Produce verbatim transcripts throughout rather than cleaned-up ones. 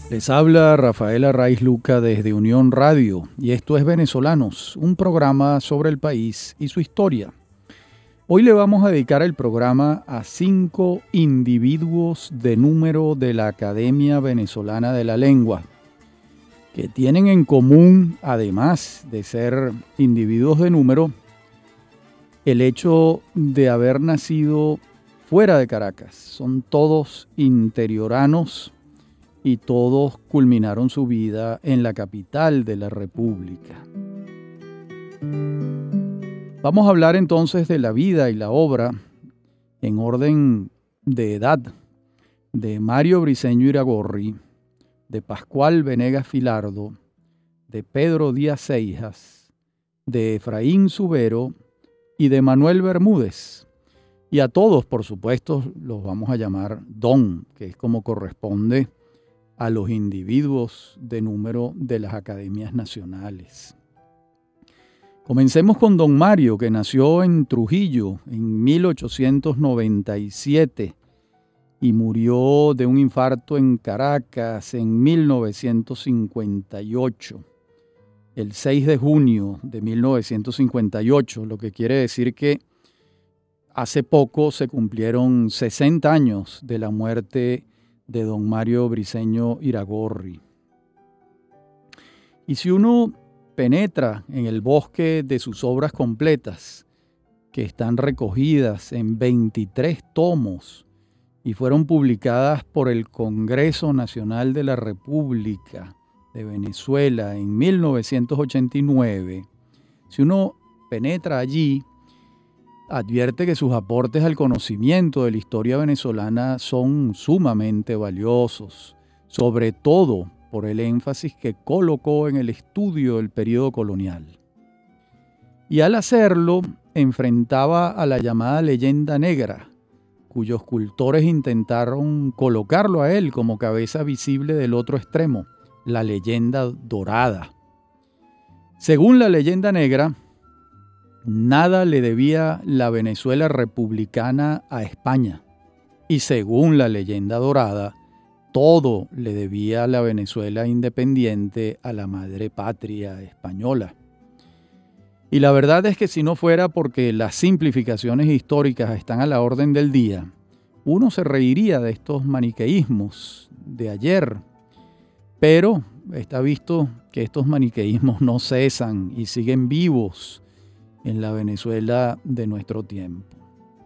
Les habla Rafael Arraiz Luca desde Unión Radio y esto es Venezolanos, un programa sobre el país y su historia. Hoy le vamos a dedicar el programa a cinco individuos de número de la Academia Venezolana de la Lengua, que tienen en común, además de ser individuos de número, el hecho de haber nacido fuera de Caracas. Son todos interioranos y todos culminaron su vida en la capital de la República. Vamos a hablar entonces de la vida y la obra en orden de edad de Mario Briceño Iragorri, de Pascual Venegas Filardo, de Pedro Díaz Seijas, de Efraín Subero y de Manuel Bermúdez. Y a todos, por supuesto, los vamos a llamar Don, que es como corresponde a los individuos de número de las academias nacionales. Comencemos con don Mario, que nació en Trujillo en mil ochocientos noventa y siete y murió de un infarto en Caracas en mil novecientos cincuenta y ocho, el seis de junio de mil novecientos cincuenta y ocho, lo que quiere decir que hace poco se cumplieron sesenta años de la muerte de don Mario Briceño Iragorri. Y si uno penetra en el bosque de sus obras completas, que están recogidas en veintitrés tomos y fueron publicadas por el Congreso Nacional de la República de Venezuela en mil novecientos ochenta y nueve, si uno penetra allí, advierte que sus aportes al conocimiento de la historia venezolana son sumamente valiosos, sobre todo por el énfasis que colocó en el estudio del periodo colonial. Y al hacerlo, enfrentaba a la llamada leyenda negra, cuyos cultores intentaron colocarlo a él como cabeza visible del otro extremo, la leyenda dorada. Según la leyenda negra, nada le debía la Venezuela republicana a España, y según la leyenda dorada, todo le debía la Venezuela independiente a la madre patria española. Y la verdad es que si no fuera porque las simplificaciones históricas están a la orden del día, uno se reiría de estos maniqueísmos de ayer, pero está visto que estos maniqueísmos no cesan y siguen vivos en la Venezuela de nuestro tiempo.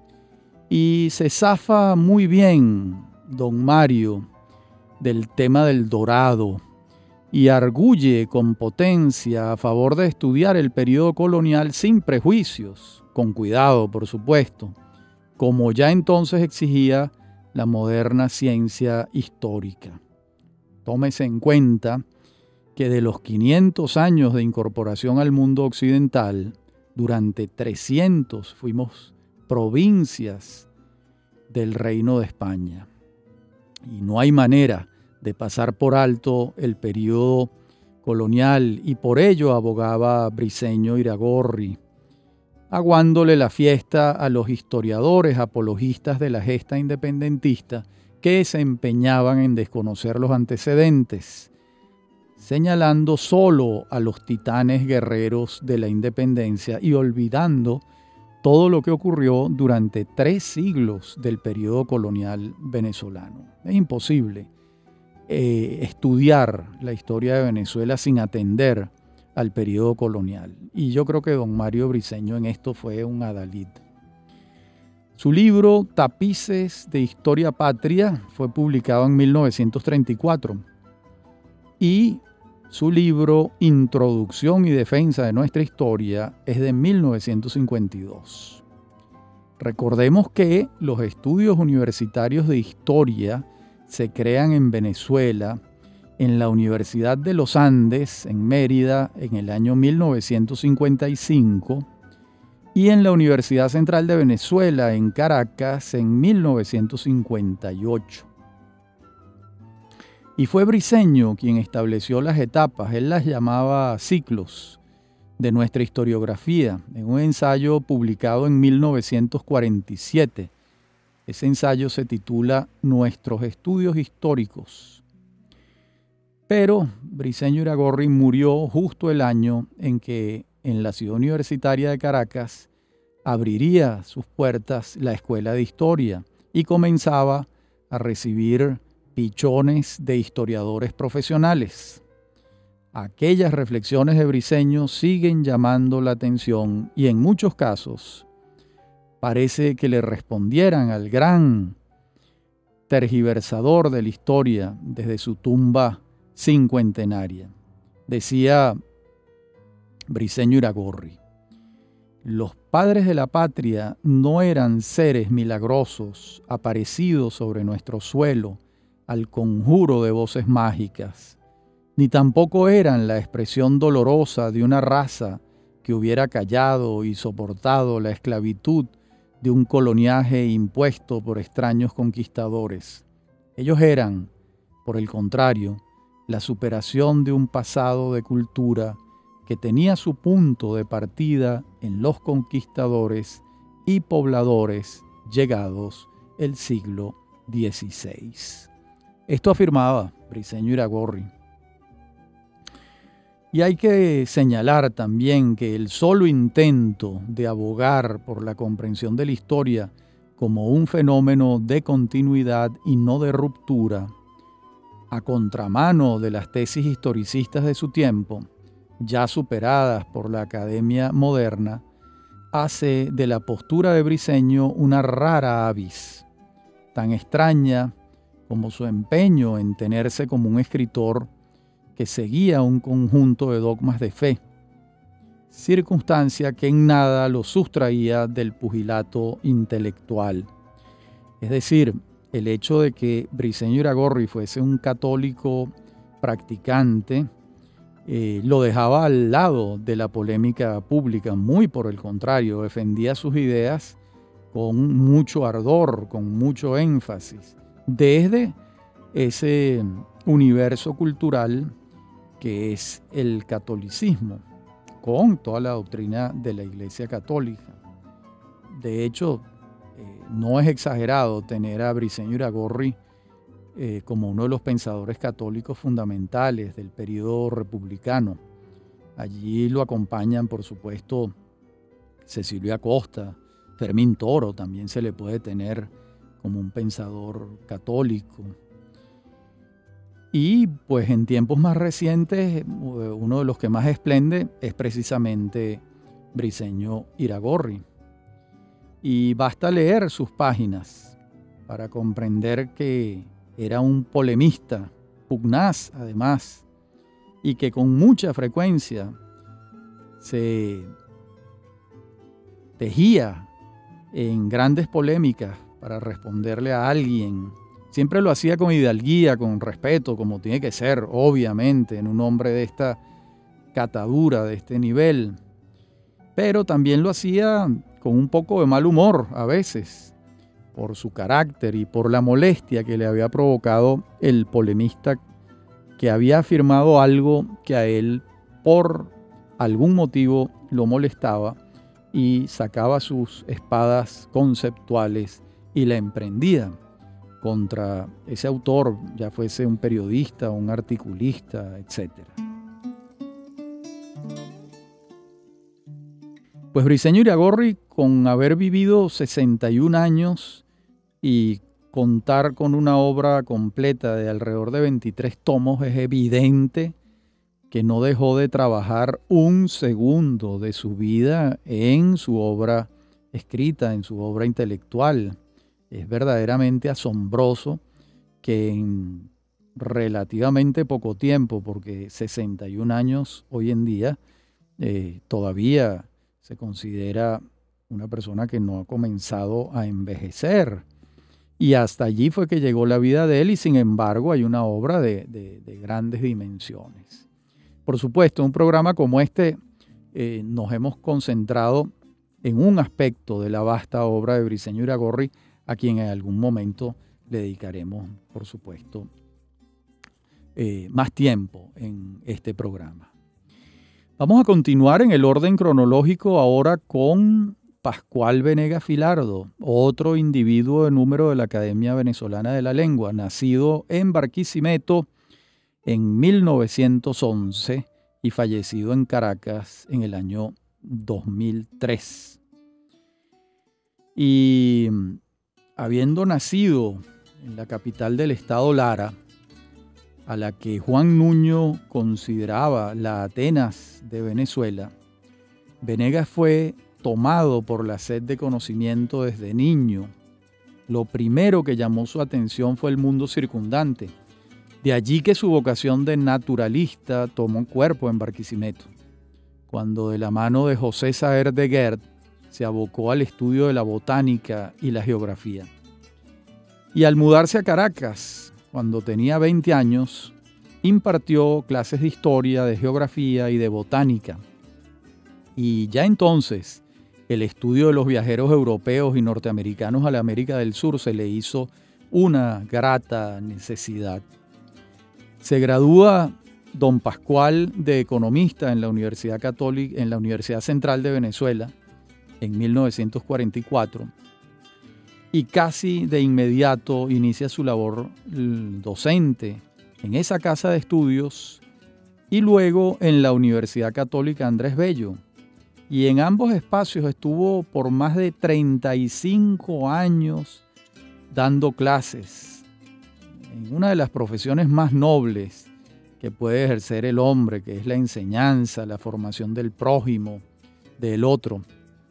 Y se zafa muy bien don Mario del tema del dorado y arguye con potencia a favor de estudiar el periodo colonial sin prejuicios, con cuidado por supuesto, como ya entonces exigía la moderna ciencia histórica. Tómese en cuenta que de los quinientos años de incorporación al mundo occidental, durante trescientos fuimos provincias del Reino de España. Y no hay manera de pasar por alto el periodo colonial, y por ello abogaba Briceño Iragorri, aguándole la fiesta a los historiadores apologistas de la gesta independentista que se empeñaban en desconocer los antecedentes, señalando solo a los titanes guerreros de la independencia y olvidando todo lo que ocurrió durante tres siglos del periodo colonial venezolano. Es imposible eh, estudiar la historia de Venezuela sin atender al periodo colonial. Y yo creo que don Mario Briceño en esto fue un adalid. Su libro Tapices de Historia Patria fue publicado en mil novecientos treinta y cuatro y su libro Introducción y Defensa de Nuestra Historia es de mil novecientos cincuenta y dos. Recordemos que los estudios universitarios de historia se crean en Venezuela, en la Universidad de los Andes, en Mérida, en el año mil novecientos cincuenta y cinco, y en la Universidad Central de Venezuela, en Caracas, en mil novecientos cincuenta y ocho. Y fue Briceño quien estableció las etapas, él las llamaba ciclos, de nuestra historiografía, en un ensayo publicado en mil novecientos cuarenta y siete. Ese ensayo se titula Nuestros estudios históricos. Pero Briceño Iragorri murió justo el año en que en la ciudad universitaria de Caracas abriría sus puertas la Escuela de Historia y comenzaba a recibir pichones de historiadores profesionales. Aquellas reflexiones de Briceño siguen llamando la atención y en muchos casos parece que le respondieran al gran tergiversador de la historia desde su tumba cincuentenaria. Decía Briceño Iragorri: los padres de la patria no eran seres milagrosos aparecidos sobre nuestro suelo al conjuro de voces mágicas, ni tampoco eran la expresión dolorosa de una raza que hubiera callado y soportado la esclavitud de un coloniaje impuesto por extraños conquistadores. Ellos eran, por el contrario, la superación de un pasado de cultura que tenía su punto de partida en los conquistadores y pobladores llegados el siglo dieciséis. Esto afirmaba Briceño Iragorri. Y hay que señalar también que el solo intento de abogar por la comprensión de la historia como un fenómeno de continuidad y no de ruptura, a contramano de las tesis historicistas de su tiempo, ya superadas por la academia moderna, hace de la postura de Briceño una rara avis, tan extraña como su empeño en tenerse como un escritor que seguía un conjunto de dogmas de fe, circunstancia que en nada lo sustraía del pugilato intelectual. Es decir, el hecho de que Briceño Iragorri fuese un católico practicante eh, lo dejaba al lado de la polémica pública, muy por el contrario, defendía sus ideas con mucho ardor, con mucho énfasis, desde ese universo cultural que es el catolicismo, con toda la doctrina de la Iglesia Católica. De hecho, eh, no es exagerado tener a Briceño Iragorri eh, como uno de los pensadores católicos fundamentales del periodo republicano. Allí lo acompañan, por supuesto, Cecilio Acosta, Fermín Toro también se le puede tener como un pensador católico. Y pues en tiempos más recientes, uno de los que más esplende es precisamente Briceño Iragorri. Y basta leer sus páginas para comprender que era un polemista, pugnaz además, y que con mucha frecuencia se tejía en grandes polémicas para responderle a alguien. Siempre lo hacía con hidalguía, con respeto, como tiene que ser, obviamente, en un hombre de esta catadura, de este nivel. Pero también lo hacía con un poco de mal humor a veces, por su carácter y por la molestia que le había provocado el polemista que había afirmado algo que a él, por algún motivo, lo molestaba y sacaba sus espadas conceptuales y la emprendía contra ese autor, ya fuese un periodista, un articulista, etcétera. Pues Briceño Iragorri, con haber vivido sesenta y un años y contar con una obra completa de alrededor de veintitrés tomos, es evidente que no dejó de trabajar un segundo de su vida en su obra escrita, en su obra intelectual. Es verdaderamente asombroso que en relativamente poco tiempo, porque sesenta y un años hoy en día, eh, todavía se considera una persona que no ha comenzado a envejecer. Y hasta allí fue que llegó la vida de él y sin embargo hay una obra de, de, de grandes dimensiones. Por supuesto, en un programa como este eh, nos hemos concentrado en un aspecto de la vasta obra de Briceño Iragorri, a quien en algún momento le dedicaremos, por supuesto, eh, más tiempo en este programa. Vamos a continuar en el orden cronológico ahora con Pascual Venegas Filardo, otro individuo de número de la Academia Venezolana de la Lengua, nacido en Barquisimeto en mil novecientos once y fallecido en Caracas en el año dos mil tres. Y habiendo nacido en la capital del estado Lara, a la que Juan Nuño consideraba la Atenas de Venezuela, Venegas fue tomado por la sed de conocimiento desde niño. Lo primero que llamó su atención fue el mundo circundante. De allí que su vocación de naturalista tomó cuerpo en Barquisimeto, cuando de la mano de José Saer de Guert se abocó al estudio de la botánica y la geografía. Y al mudarse a Caracas, cuando tenía veinte años, impartió clases de historia, de geografía y de botánica. Y ya entonces, el estudio de los viajeros europeos y norteamericanos a la América del Sur se le hizo una grata necesidad. Se gradúa don Pascual de economista en la Universidad Católica, en la Universidad Central de Venezuela, en mil novecientos cuarenta y cuatro, y casi de inmediato inicia su labor docente en esa casa de estudios y luego en la Universidad Católica Andrés Bello. Y en ambos espacios estuvo por más de treinta y cinco años dando clases en una de las profesiones más nobles que puede ejercer el hombre, que es la enseñanza, la formación del prójimo, del otro.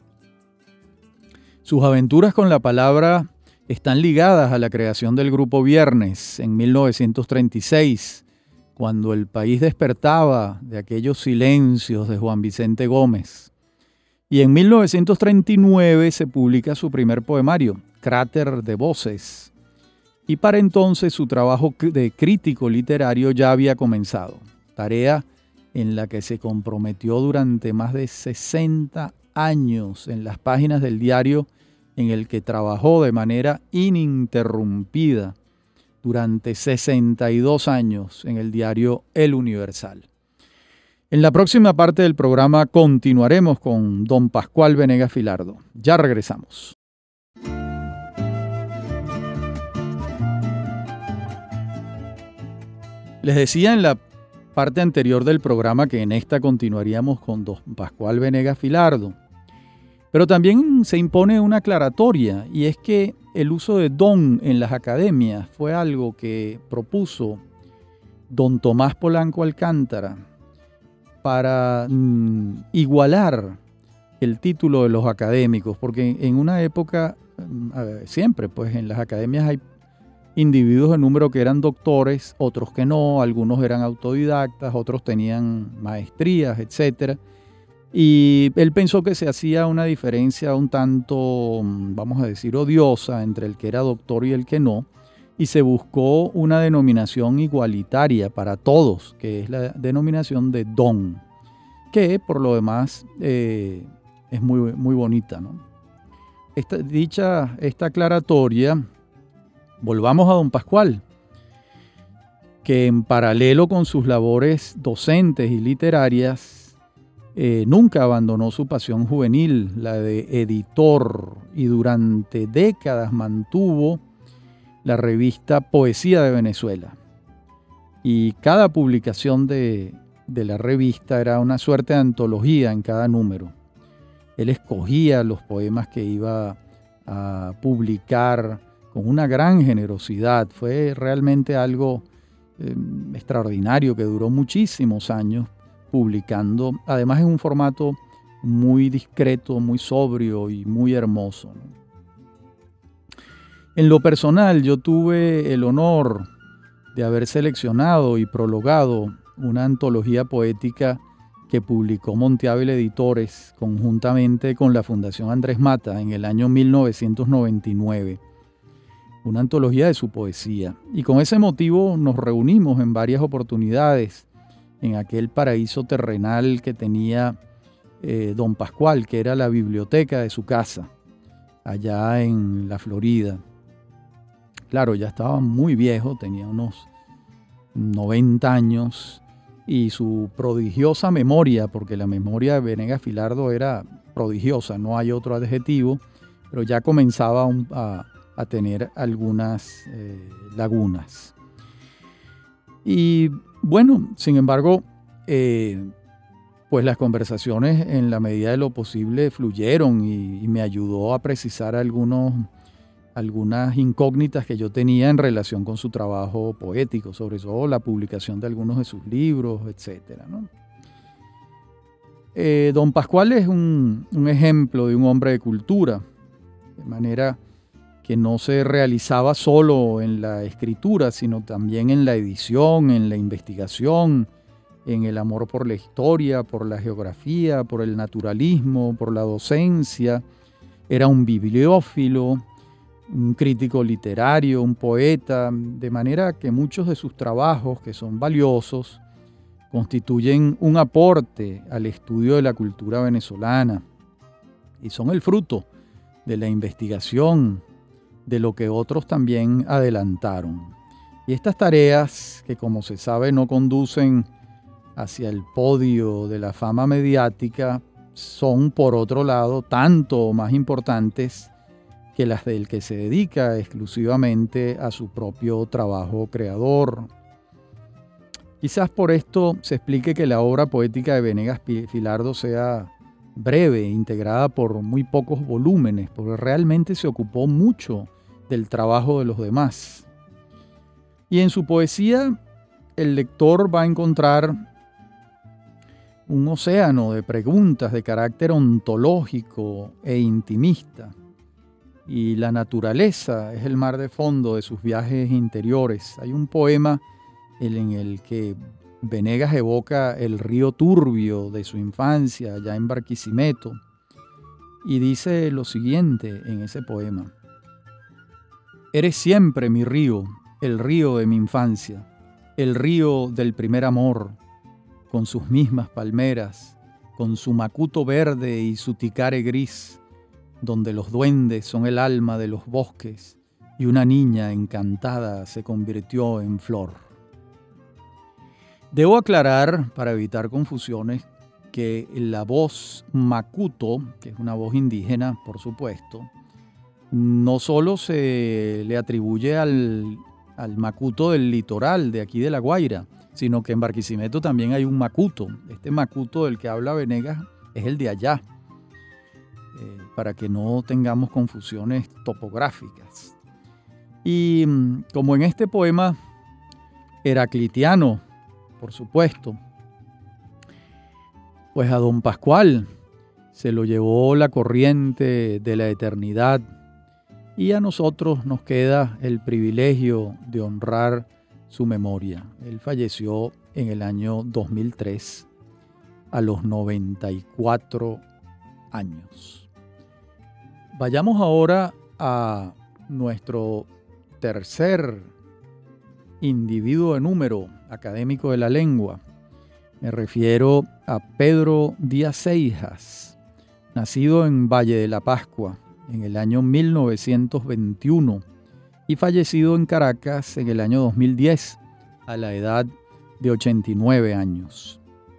Sus aventuras con la palabra están ligadas a la creación del Grupo Viernes en mil novecientos treinta y seis, cuando el país despertaba de aquellos silencios de Juan Vicente Gómez. Y en mil novecientos treinta y nueve se publica su primer poemario, Cráter de Voces. Y para entonces su trabajo de crítico literario ya había comenzado, tarea en la que se comprometió durante más de sesenta años en las páginas del diario en el que trabajó de manera ininterrumpida durante sesenta y dos años en el diario El Universal. En la próxima parte del programa continuaremos con don Pascual Venegas Filardo. Ya regresamos. Les decía en la parte anterior del programa que en esta continuaríamos con don Pascual Venegas Filardo. Pero también se impone una aclaratoria, y es que el uso de don en las academias fue algo que propuso don Tomás Polanco Alcántara para mm, igualar el título de los académicos, porque en una época, ver, siempre pues en las academias hay individuos de número que eran doctores, otros que no, algunos eran autodidactas, otros tenían maestrías, etcétera. Y él pensó que se hacía una diferencia un tanto, vamos a decir, odiosa entre el que era doctor y el que no, y se buscó una denominación igualitaria para todos, que es la denominación de don, que por lo demás eh, es muy, muy bonita, ¿no? Esta, dicha esta aclaratoria, volvamos a don Pascual, que en paralelo con sus labores docentes y literarias, Eh, nunca abandonó su pasión juvenil, la de editor, y durante décadas mantuvo la revista Poesía de Venezuela. Y cada publicación de, de la revista era una suerte de antología en cada número. Él escogía los poemas que iba a publicar con una gran generosidad. Fue realmente algo eh, extraordinario que duró muchísimos años publicando, además en un formato muy discreto, muy sobrio y muy hermoso, ¿no? En lo personal, yo tuve el honor de haber seleccionado y prologado una antología poética que publicó Monteávil Editores conjuntamente con la Fundación Andrés Mata en el año mil novecientos noventa y nueve. Una antología de su poesía. Y con ese motivo nos reunimos en varias oportunidades en aquel paraíso terrenal que tenía eh, don Pascual, que era la biblioteca de su casa, allá en la Florida. Claro, ya estaba muy viejo, tenía unos noventa años, y su prodigiosa memoria, porque la memoria de Venegas Filardo era prodigiosa, no hay otro adjetivo, pero ya comenzaba a, a tener algunas eh, lagunas. Y bueno, sin embargo, eh, pues las conversaciones en la medida de lo posible fluyeron y, y me ayudó a precisar algunos, algunas incógnitas que yo tenía en relación con su trabajo poético, sobre todo la publicación de algunos de sus libros, etcétera, ¿no? Eh, don Pascual es un, un ejemplo de un hombre de cultura, de manera que no se realizaba solo en la escritura, sino también en la edición, en la investigación, en el amor por la historia, por la geografía, por el naturalismo, por la docencia. Era un bibliófilo, un crítico literario, un poeta, de manera que muchos de sus trabajos, que son valiosos, constituyen un aporte al estudio de la cultura venezolana y son el fruto de la investigación, de lo que otros también adelantaron. Y estas tareas, que como se sabe no conducen hacia el podio de la fama mediática, son por otro lado tanto más importantes que las del que se dedica exclusivamente a su propio trabajo creador. Quizás por esto se explique que la obra poética de Venegas Filardo sea breve, integrada por muy pocos volúmenes, porque realmente se ocupó mucho del trabajo de los demás. Y en su poesía el lector va a encontrar un océano de preguntas de carácter ontológico e intimista. Y la naturaleza es el mar de fondo de sus viajes interiores. Hay un poema en el que Venegas evoca el río turbio de su infancia allá en Barquisimeto y dice lo siguiente en ese poema: eres siempre mi río, el río de mi infancia, el río del primer amor, con sus mismas palmeras, con su macuto verde y su ticare gris, donde los duendes son el alma de los bosques y una niña encantada se convirtió en flor. Debo aclarar, para evitar confusiones, que la voz macuto, que es una voz indígena, por supuesto, no solo se le atribuye al, al macuto del litoral de aquí de La Guaira, sino que en Barquisimeto también hay un macuto. Este macuto del que habla Venegas es el de allá, eh, para que no tengamos confusiones topográficas. Y como en este poema heraclitiano, por supuesto, pues a don Pascual se lo llevó la corriente de la eternidad y a nosotros nos queda el privilegio de honrar su memoria. Él falleció en el año dos mil tres a los noventa y cuatro años. Vayamos ahora a nuestro tercer individuo de número académico de la lengua. Me refiero a Pedro Díaz Seijas, nacido en Valle de la Pascua en el año mil novecientos veintiuno y fallecido en Caracas en el año dos mil diez a la edad de ochenta y nueve años.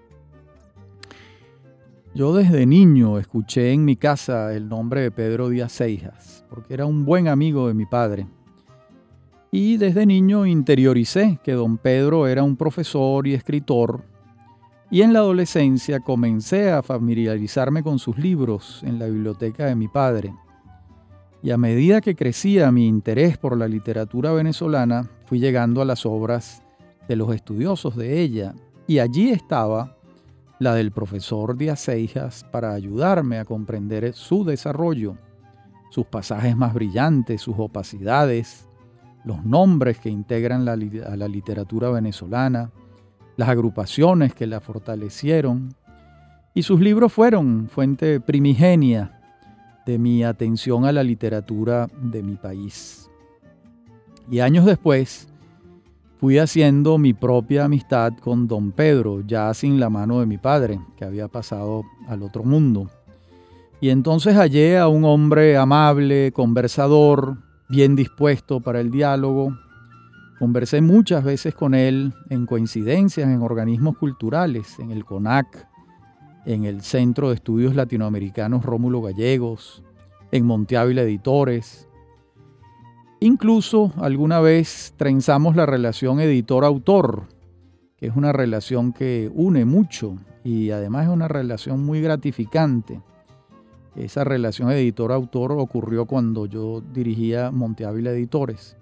Yo desde niño escuché en mi casa el nombre de Pedro Díaz Seijas porque era un buen amigo de mi padre. Y desde niño interioricé que don Pedro era un profesor y escritor, y en la adolescencia comencé a familiarizarme con sus libros en la biblioteca de mi padre. Y a medida que crecía mi interés por la literatura venezolana, fui llegando a las obras de los estudiosos de ella, y allí estaba la del profesor Díaz Seijas para ayudarme a comprender su desarrollo, sus pasajes más brillantes, sus opacidades, los nombres que integran la, a la literatura venezolana, las agrupaciones que la fortalecieron, y sus libros fueron fuente primigenia de mi atención a la literatura de mi país. Y años después fui haciendo mi propia amistad con don Pedro, ya sin la mano de mi padre, que había pasado al otro mundo. Y entonces hallé a un hombre amable, conversador, bien dispuesto para el diálogo. Conversé muchas veces con él en coincidencias en organismos culturales, en el CONAC, en el Centro de Estudios Latinoamericanos Rómulo Gallegos, en Monte Ávila Editores. Incluso alguna vez trenzamos la relación editor-autor, que es una relación que une mucho y además es una relación muy gratificante. Esa relación editor-autor ocurrió cuando yo dirigía Monte Ávila Editores.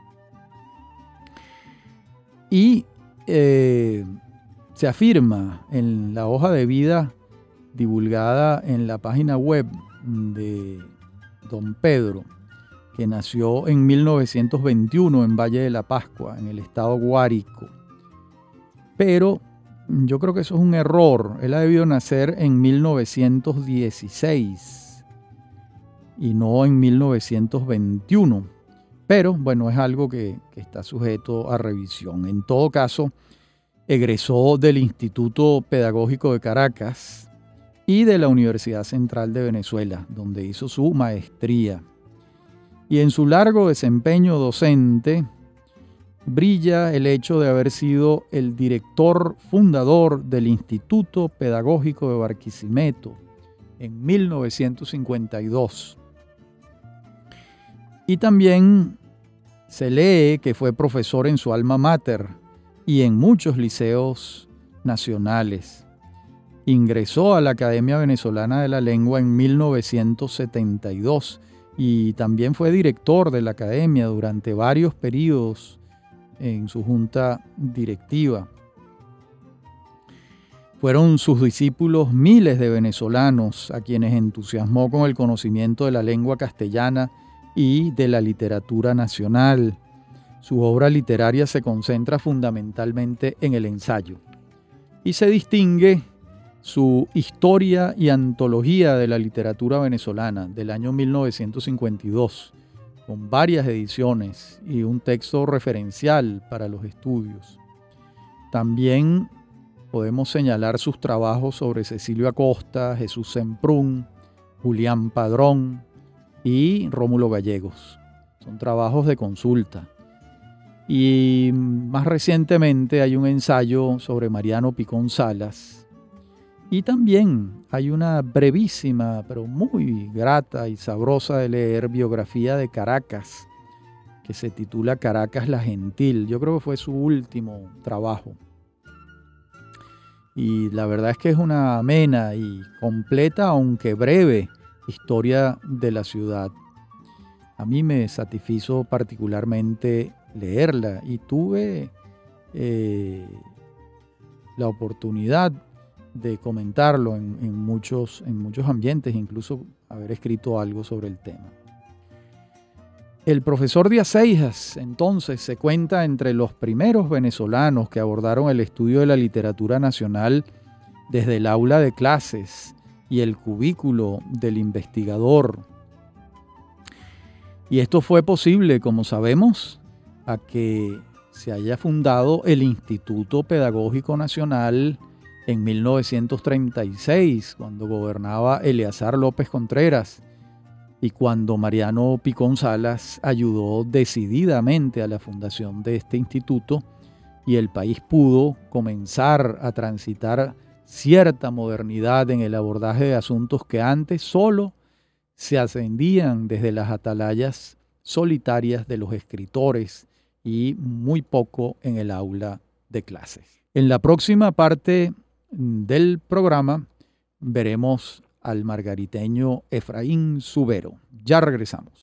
Y eh, se afirma en la hoja de vida divulgada en la página web de don Pedro, que nació en mil novecientos veintiuno en Valle de la Pascua, en el estado Guárico. Pero yo creo que eso es un error. Él ha debido nacer en mil novecientos dieciséis y no en mil novecientos veintiuno. Pero bueno, es algo que, que está sujeto a revisión. En todo caso, egresó del Instituto Pedagógico de Caracas y de la Universidad Central de Venezuela, donde hizo su maestría. Y en su largo desempeño docente brilla el hecho de haber sido el director fundador del Instituto Pedagógico de Barquisimeto en mil novecientos cincuenta y dos. Y también se lee que fue profesor en su alma mater y en muchos liceos nacionales. Ingresó a la Academia Venezolana de la Lengua en mil novecientos setenta y dos y también fue director de la Academia durante varios periodos en su junta directiva. Fueron sus discípulos miles de venezolanos a quienes entusiasmó con el conocimiento de la lengua castellana y de la literatura nacional. Su obra literaria se concentra fundamentalmente en el ensayo y se distingue su Historia y Antología de la Literatura Venezolana del año mil novecientos cincuenta y dos, con varias ediciones y un texto referencial para los estudios. También podemos señalar sus trabajos sobre Cecilio Acosta, Jesús Semprún, Julián Padrón y Rómulo Gallegos. Son trabajos de consulta. Y más recientemente hay un ensayo sobre Mariano Picón Salas. Y también hay una brevísima, pero muy grata y sabrosa de leer biografía de Caracas, que se titula Caracas la Gentil. Yo creo que fue su último trabajo. Y la verdad es que es una amena y completa, aunque breve, historia de la ciudad. A mí me satisfizo particularmente leerla y tuve eh, la oportunidad de comentarlo en, en, muchos, en muchos ambientes, incluso haber escrito algo sobre el tema. El profesor Díaz Seijas, entonces, se cuenta entre los primeros venezolanos que abordaron el estudio de la literatura nacional desde el aula de clases y el cubículo del investigador. Y esto fue posible, como sabemos, a que se haya fundado el Instituto Pedagógico Nacional en mil novecientos treinta y seis, cuando gobernaba Eleazar López Contreras y cuando Mariano Picón Salas ayudó decididamente a la fundación de este instituto, y el país pudo comenzar a transitar cierta modernidad en el abordaje de asuntos que antes solo se ascendían desde las atalayas solitarias de los escritores y muy poco en el aula de clases. En la próxima parte del programa veremos al margariteño Efraín Subero. Ya regresamos.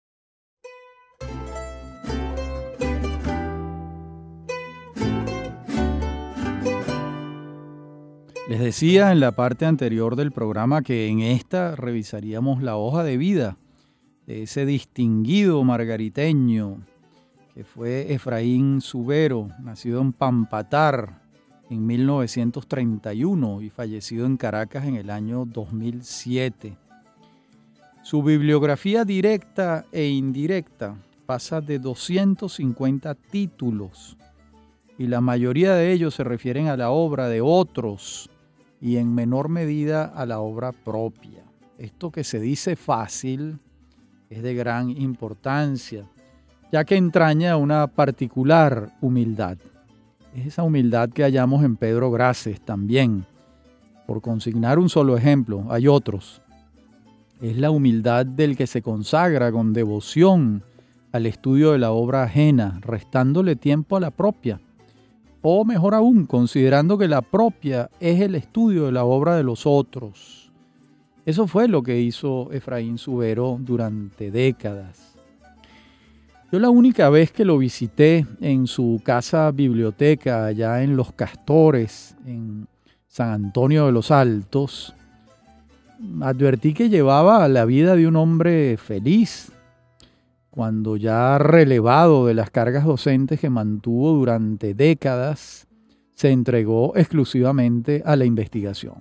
Les decía en la parte anterior del programa que en esta revisaríamos la hoja de vida de ese distinguido margariteño que fue Efraín Subero, nacido en Pampatar en mil novecientos treinta y uno y fallecido en Caracas en el año dos mil siete. Su bibliografía directa e indirecta pasa de doscientos cincuenta títulos y la mayoría de ellos se refieren a la obra de otros y en menor medida a la obra propia. Esto que se dice fácil es de gran importancia, ya que entraña una particular humildad. Es esa humildad que hallamos en Pedro Grases también. Por consignar un solo ejemplo, hay otros. Es la humildad del que se consagra con devoción al estudio de la obra ajena, restándole tiempo a la propia. O mejor aún, considerando que la propia es el estudio de la obra de los otros. Eso fue lo que hizo Efraín Zubero durante décadas. Yo la única vez que lo visité en su casa biblioteca allá en Los Castores, en San Antonio de los Altos, advertí que llevaba la vida de un hombre feliz, cuando ya relevado de las cargas docentes que mantuvo durante décadas, se entregó exclusivamente a la investigación.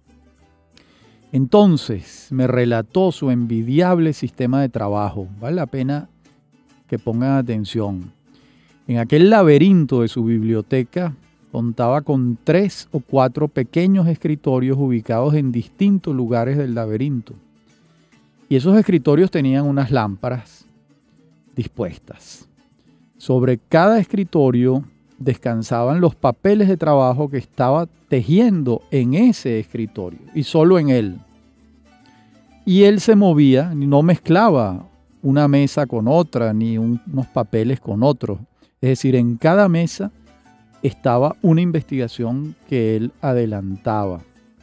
Entonces me relató su envidiable sistema de trabajo. Vale la pena que pongan atención. En aquel laberinto de su biblioteca contaba con tres o cuatro pequeños escritorios ubicados en distintos lugares del laberinto. Y esos escritorios tenían unas lámparas dispuestas. Sobre cada escritorio descansaban los papeles de trabajo que estaba tejiendo en ese escritorio y solo en él. Y él se movía, no mezclaba una mesa con otra, ni un, unos papeles con otros. Es decir, en cada mesa estaba una investigación que él adelantaba.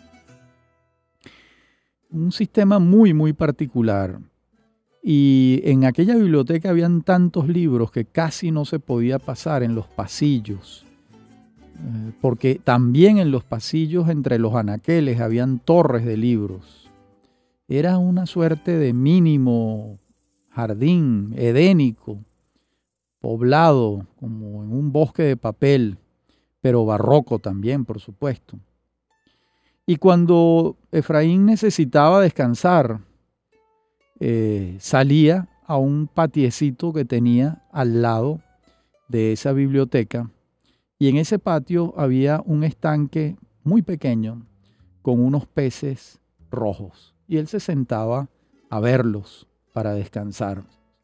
Un sistema muy, muy particular. Y en aquella biblioteca habían tantos libros que casi no se podía pasar en los pasillos. Eh, porque también en los pasillos, entre los anaqueles, habían torres de libros. Era una suerte de mínimo jardín edénico, poblado como en un bosque de papel, pero barroco también, por supuesto. Y cuando Efraín necesitaba descansar, eh, salía a un patiecito que tenía al lado de esa biblioteca, y en ese patio había un estanque muy pequeño con unos peces rojos, y él se sentaba a verlos para descansar.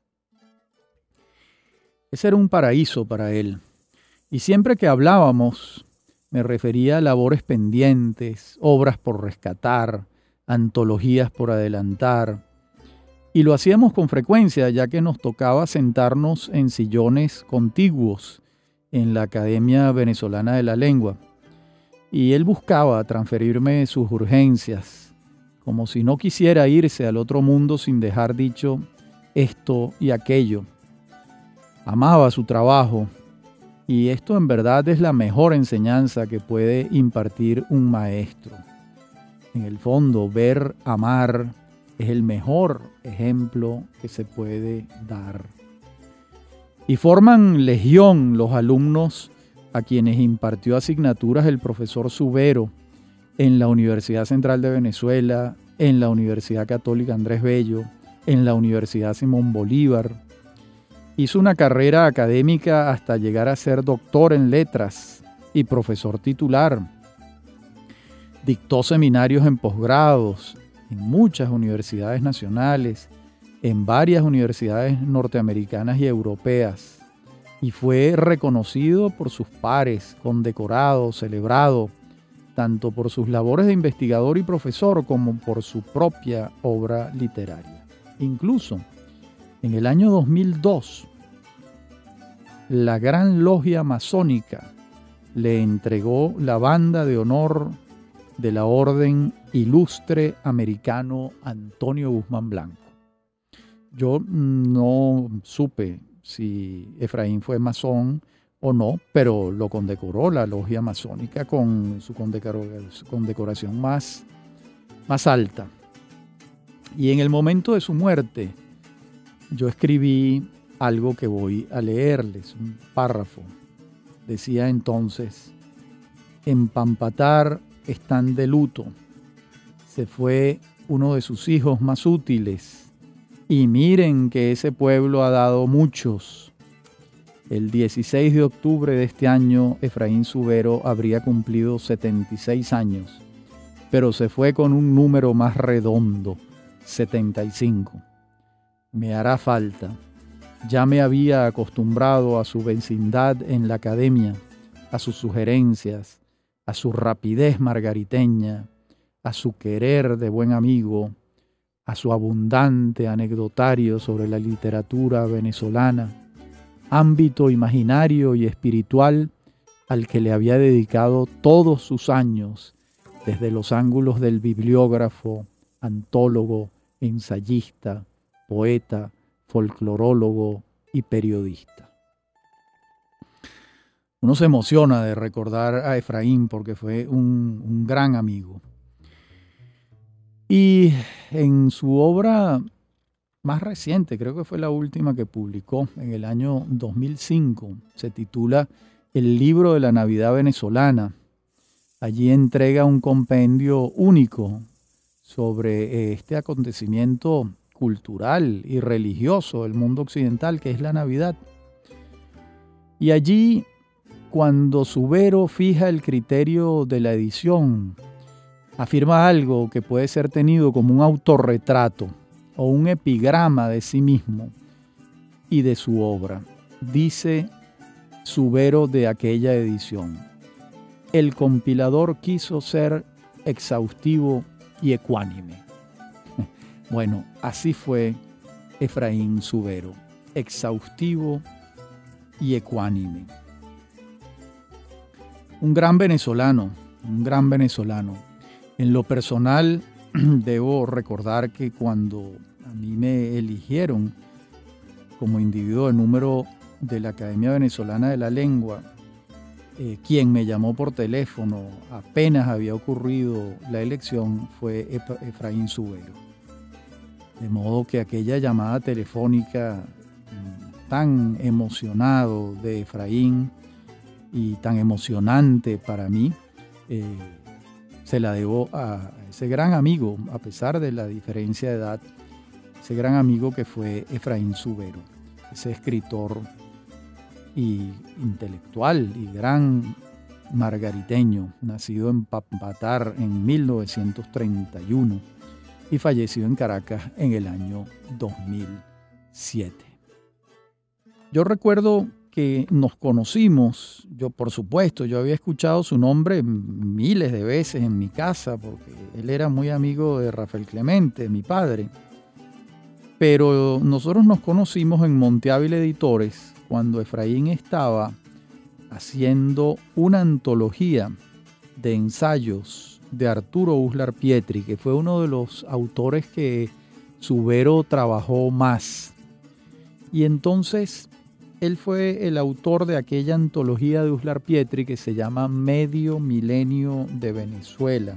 Ese era un paraíso para él. Y siempre que hablábamos, me refería a labores pendientes, obras por rescatar, antologías por adelantar. Y lo hacíamos con frecuencia, ya que nos tocaba sentarnos en sillones contiguos en la Academia Venezolana de la Lengua. Y él buscaba transferirme sus urgencias, como si no quisiera irse al otro mundo sin dejar dicho esto y aquello. Amaba su trabajo, y esto en verdad es la mejor enseñanza que puede impartir un maestro. En el fondo, ver, amar es el mejor ejemplo que se puede dar. Y forman legión los alumnos a quienes impartió asignaturas el profesor Zubero en la Universidad Central de Venezuela, en la Universidad Católica Andrés Bello, en la Universidad Simón Bolívar. Hizo una carrera académica hasta llegar a ser doctor en letras y profesor titular. Dictó seminarios en posgrados en muchas universidades nacionales, en varias universidades norteamericanas y europeas, y fue reconocido por sus pares, condecorado, celebrado, tanto por sus labores de investigador y profesor como por su propia obra literaria. Incluso, en el año dos mil dos, la Gran Logia Masónica le entregó la banda de honor de la Orden Ilustre Americano Antonio Guzmán Blanco. Yo no supe si Efraín fue masón o no, pero lo condecoró la logia masónica con su condecoración más, más alta. Y en el momento de su muerte, yo escribí algo que voy a leerles, un párrafo. Decía entonces: en Pampatar están de luto. Se fue uno de sus hijos más útiles, y miren que ese pueblo ha dado muchos. El dieciséis de octubre de este año, Efraín Zubero habría cumplido setenta y seis años, pero se fue con un número más redondo, setenta y cinco. Me hará falta. Ya me había acostumbrado a su vecindad en la academia, a sus sugerencias, a su rapidez margariteña, a su querer de buen amigo, a su abundante anecdotario sobre la literatura venezolana, ámbito imaginario y espiritual al que le había dedicado todos sus años, desde los ángulos del bibliógrafo, antólogo, ensayista, poeta, folclorólogo y periodista. Uno se emociona de recordar a Efraín porque fue un, un gran amigo. Y en su obra más reciente, creo que fue la última que publicó en el año dos mil cinco, se titula El libro de la Navidad venezolana. Allí entrega un compendio único sobre este acontecimiento cultural y religioso del mundo occidental que es la Navidad. Y allí, cuando Subero fija el criterio de la edición, afirma algo que puede ser tenido como un autorretrato o un epigrama de sí mismo y de su obra. Dice Subero de aquella edición: el compilador quiso ser exhaustivo y ecuánime. Bueno, así fue Efraín Subero, exhaustivo y ecuánime. Un gran venezolano, un gran venezolano. En lo personal, debo recordar que cuando a mí me eligieron como individuo de número de la Academia Venezolana de la Lengua, eh, quien me llamó por teléfono apenas había ocurrido la elección fue Efraín Subero. De modo que aquella llamada telefónica tan emocionado de Efraín y tan emocionante para mí, eh, se la debo a ese gran amigo, a pesar de la diferencia de edad, ese gran amigo que fue Efraín Subero, ese escritor y intelectual y gran margariteño, nacido en Pampatar en mil novecientos treinta y uno y fallecido en Caracas en el año dos mil siete. Yo recuerdo que nos conocimos, yo por supuesto, yo había escuchado su nombre miles de veces en mi casa, porque él era muy amigo de Rafael Clemente, mi padre, pero nosotros nos conocimos en Monte Ávila Editores, cuando Efraín estaba haciendo una antología de ensayos de Arturo Uslar Pietri, que fue uno de los autores que Subero trabajó más. Y entonces él fue el autor de aquella antología de Uslar Pietri que se llama Medio Milenio de Venezuela.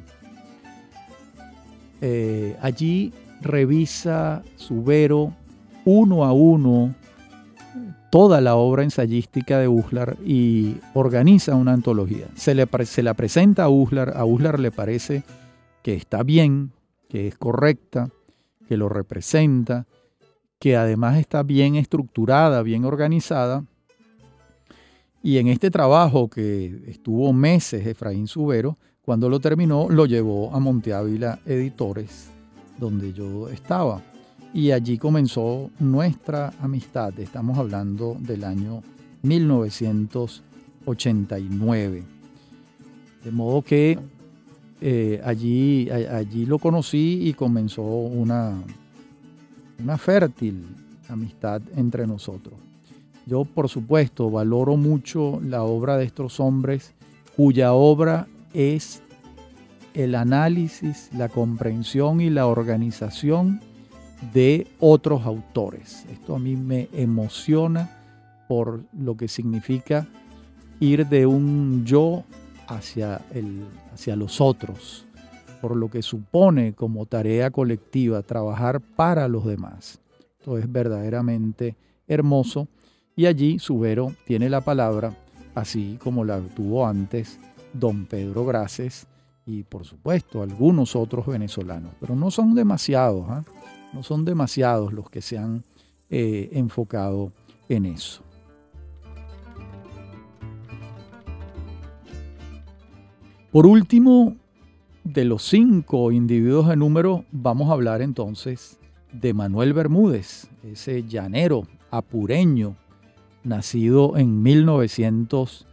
Eh, allí revisa Subero uno a uno toda la obra ensayística de Uslar y organiza una antología. Se, le, se la presenta a Uslar, a Uslar le parece que está bien, que es correcta, que lo representa, que además está bien estructurada, bien organizada. Y en este trabajo que estuvo meses Efraín Subero, cuando lo terminó, lo llevó a Monte Ávila Editores, donde yo estaba. Y allí comenzó nuestra amistad. Estamos hablando del año mil novecientos ochenta y nueve. De modo que eh, allí, a, allí lo conocí y comenzó una, una fértil amistad entre nosotros. Yo, por supuesto, valoro mucho la obra de estos hombres cuya obra es el análisis, la comprensión y la organización de otros autores. Esto a mí me emociona por lo que significa ir de un yo hacia, el, hacia los otros, por lo que supone como tarea colectiva trabajar para los demás. Esto es verdaderamente hermoso y allí Subero tiene la palabra, así como la tuvo antes don Pedro Graces y por supuesto algunos otros venezolanos, pero no son demasiados, ¿eh? No son demasiados los que se han eh, enfocado en eso. Por último, de los cinco individuos de número, vamos a hablar entonces de Manuel Bermúdez, ese llanero apureño, nacido en mil novecientos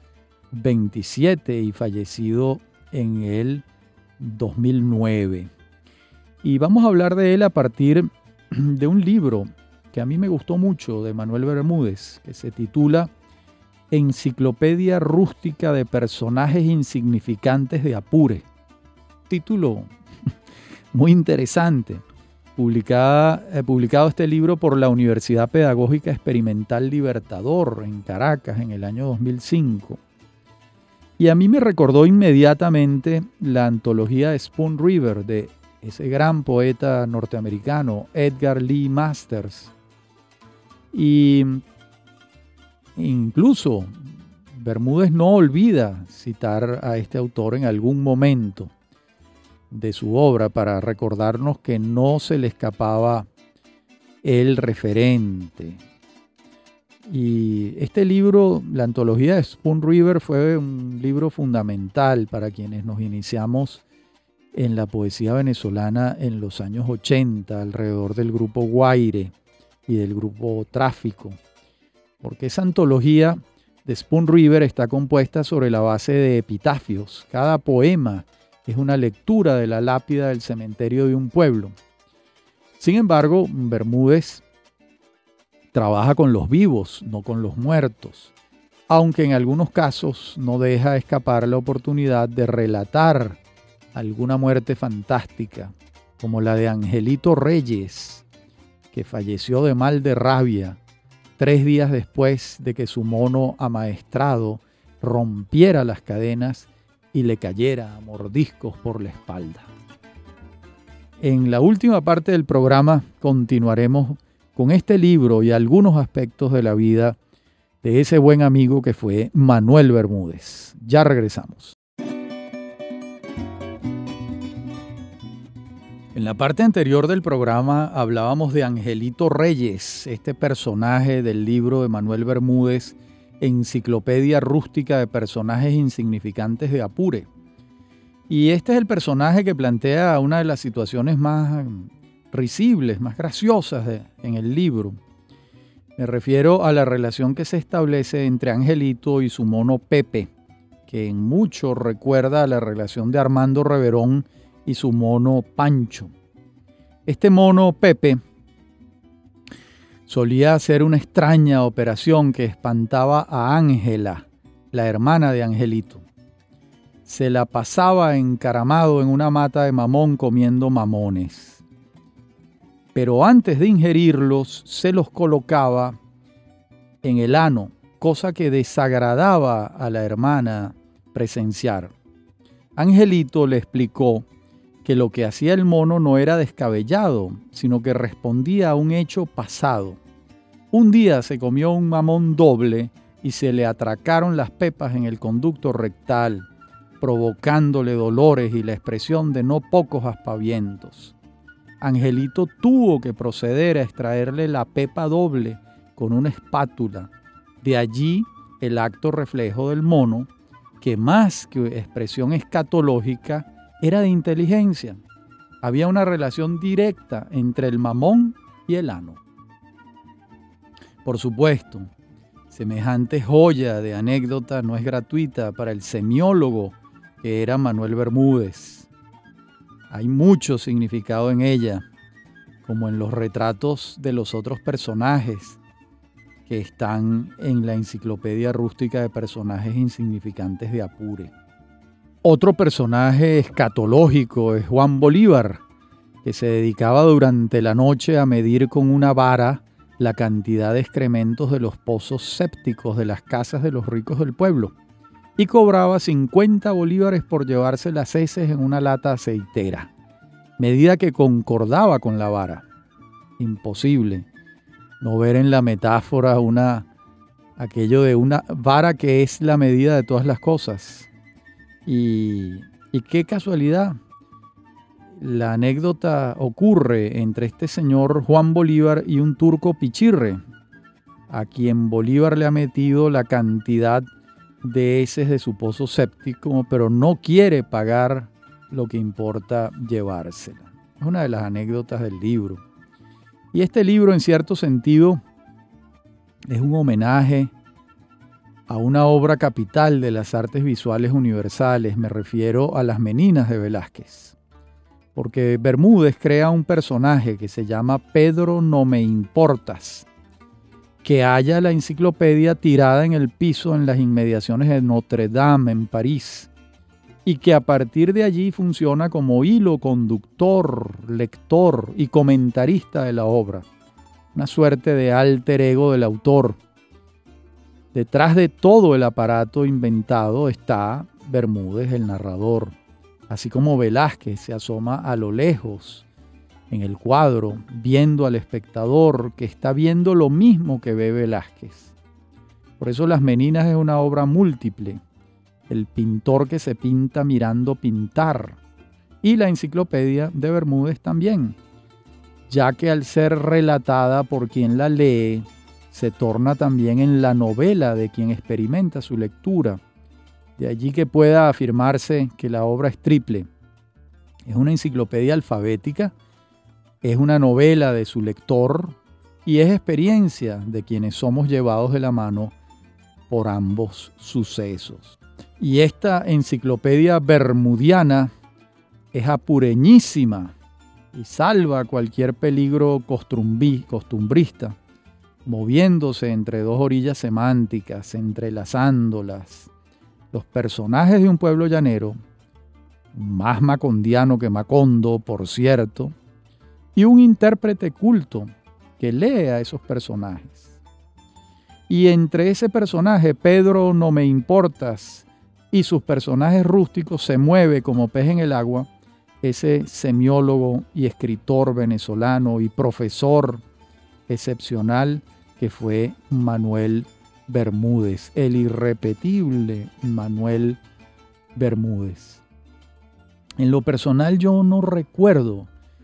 veintisiete y fallecido en el dos mil nueve. Y vamos a hablar de él a partir de un libro que a mí me gustó mucho de Manuel Bermúdez, que se titula Enciclopedia Rústica de Personajes Insignificantes de Apure. Título muy interesante. Publicada, eh, publicado este libro por la Universidad Pedagógica Experimental Libertador en Caracas en el año dos mil cinco. Y a mí me recordó inmediatamente la antología de Spoon River de ese gran poeta norteamericano Edgar Lee Masters. Y incluso Bermúdez no olvida citar a este autor en algún momento de su obra para recordarnos que no se le escapaba el referente. Y este libro, la antología de Spoon River, fue un libro fundamental para quienes nos iniciamos en la poesía venezolana en los años ochenta, alrededor del grupo Guaire y del grupo Tráfico, porque esa antología de Spoon River está compuesta sobre la base de epitafios. Cada poema es una lectura de la lápida del cementerio de un pueblo. Sin embargo, Bermúdez trabaja con los vivos, no con los muertos, aunque en algunos casos no deja escapar la oportunidad de relatar alguna muerte fantástica, como la de Angelito Reyes, que falleció de mal de rabia tres días después de que su mono amaestrado rompiera las cadenas y le cayera a mordiscos por la espalda. En la última parte del programa continuaremos con este libro y algunos aspectos de la vida de ese buen amigo que fue Manuel Bermúdez. Ya regresamos. En la parte anterior del programa hablábamos de Angelito Reyes, este personaje del libro de Manuel Bermúdez, Enciclopedia Rústica de Personajes Insignificantes de Apure. Y este es el personaje que plantea una de las situaciones más risibles, más graciosas de, en el libro. Me refiero a la relación que se establece entre Angelito y su mono Pepe, que en mucho recuerda a la relación de Armando Reverón y su mono Pancho. Este mono Pepe solía hacer una extraña operación que espantaba a Ángela, la hermana de Angelito. Se la pasaba encaramado en una mata de mamón comiendo mamones. Pero antes de ingerirlos, se los colocaba en el ano, cosa que desagradaba a la hermana presenciar. Angelito le explicó que lo que hacía el mono no era descabellado, sino que respondía a un hecho pasado. Un día se comió un mamón doble y se le atracaron las pepas en el conducto rectal, provocándole dolores y la expresión de no pocos aspavientos. Angelito tuvo que proceder a extraerle la pepa doble con una espátula. De allí el acto reflejo del mono, que más que expresión escatológica, era de inteligencia. Había una relación directa entre el mamón y el ano. Por supuesto, semejante joya de anécdota no es gratuita para el semiólogo que era Manuel Bermúdez. Hay mucho significado en ella, como en los retratos de los otros personajes que están en la Enciclopedia Rústica de Personajes Insignificantes de Apure. Otro personaje escatológico es Juan Bolívar, que se dedicaba durante la noche a medir con una vara la cantidad de excrementos de los pozos sépticos de las casas de los ricos del pueblo y cobraba cincuenta bolívares por llevarse las heces en una lata aceitera, medida que concordaba con la vara. Imposible no ver en la metáfora una, aquello de una vara que es la medida de todas las cosas. Y, y qué casualidad, la anécdota ocurre entre este señor Juan Bolívar y un turco Pichirre, a quien Bolívar le ha metido la cantidad de heces de su pozo séptico, pero no quiere pagar lo que importa llevársela. Es una de las anécdotas del libro. Y este libro, en cierto sentido, es un homenaje a una obra capital de las artes visuales universales. Me refiero a Las Meninas de Velázquez. porque Bermúdez crea un personaje que se llama Pedro No Me Importas, que halla la enciclopedia tirada en el piso en las inmediaciones de Notre Dame, en París, y que a partir de allí funciona como hilo conductor, lector y comentarista de la obra, una suerte de alter ego del autor. Detrás de todo el aparato inventado está Bermúdez, el narrador, así como Velázquez se asoma a lo lejos en el cuadro, viendo al espectador que está viendo lo mismo que ve Velázquez. Por eso Las Meninas es una obra múltiple, el pintor que se pinta mirando pintar, y la enciclopedia de Bermúdez también, ya que al ser relatada por quien la lee, se torna también en la novela de quien experimenta su lectura. De allí que pueda afirmarse que la obra es triple. Es una enciclopedia alfabética, es una novela de su lector y es experiencia de quienes somos llevados de la mano por ambos sucesos. Y esta enciclopedia bermudiana es apureñísima y salva cualquier peligro costumbrí, costumbrista, moviéndose entre dos orillas semánticas, entrelazándolas. Los personajes de un pueblo llanero, más macondiano que Macondo, por cierto, y un intérprete culto que lee a esos personajes. Y entre ese personaje, Pedro No Me Importas, y sus personajes rústicos, se mueve como pez en el agua ese semiólogo y escritor venezolano y profesor excepcional que fue Manuel Bermúdez, el irrepetible Manuel Bermúdez. En lo personal yo no recuerdo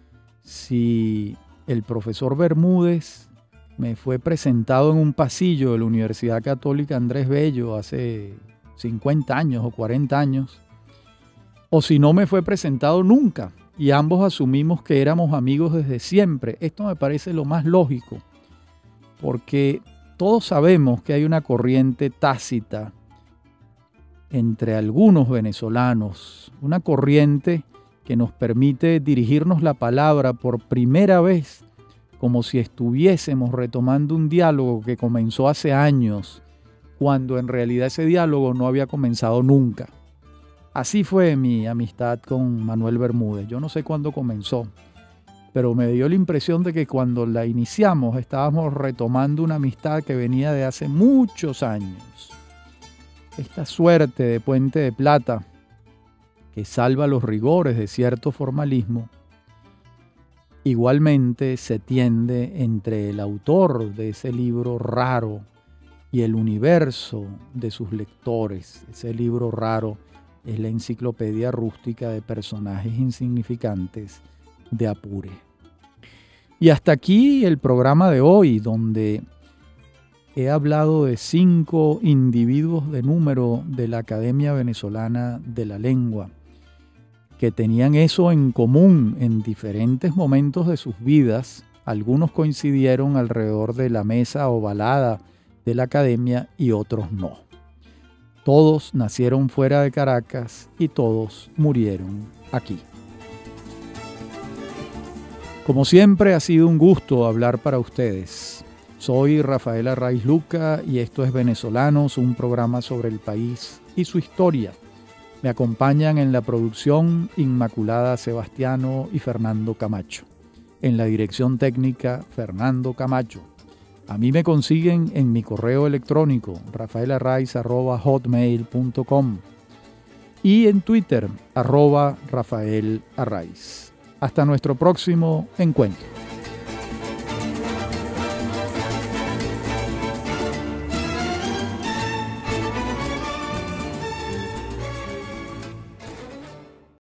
si el profesor Bermúdez me fue presentado en un pasillo de la Universidad Católica Andrés Bello hace cincuenta años o cuarenta años, o si no me fue presentado nunca y ambos asumimos que éramos amigos desde siempre. Esto me parece lo más lógico, porque todos sabemos que hay una corriente tácita entre algunos venezolanos, una corriente que nos permite dirigirnos la palabra por primera vez como si estuviésemos retomando un diálogo que comenzó hace años, cuando en realidad ese diálogo no había comenzado nunca. Así fue mi amistad con Manuel Bermúdez. Yo no sé cuándo comenzó, pero me dio la impresión de que cuando la iniciamos estábamos retomando una amistad que venía de hace muchos años. Esta suerte de puente de plata que salva los rigores de cierto formalismo, igualmente se tiende entre el autor de ese libro raro y el universo de sus lectores. Ese libro raro es la enciclopedia rústica de personajes insignificantes de Apure. Y hasta aquí el programa de hoy, donde he hablado de cinco individuos de número de la Academia Venezolana de la Lengua, que tenían eso en común en diferentes momentos de sus vidas. Algunos coincidieron alrededor de la mesa ovalada de la Academia y otros no. Todos nacieron fuera de Caracas y todos murieron aquí. Como siempre, ha sido un gusto hablar para ustedes. Soy Rafael Arraiz Luca y esto es Venezolanos, un programa sobre el país y su historia. Me acompañan en la producción Inmaculada Sebastiano y Fernando Camacho. En la dirección técnica, Fernando Camacho. A mí me consiguen en mi correo electrónico rafaelarraiz arroba hotmail punto com y en Twitter arroba Rafael Arraiz. Hasta nuestro próximo encuentro.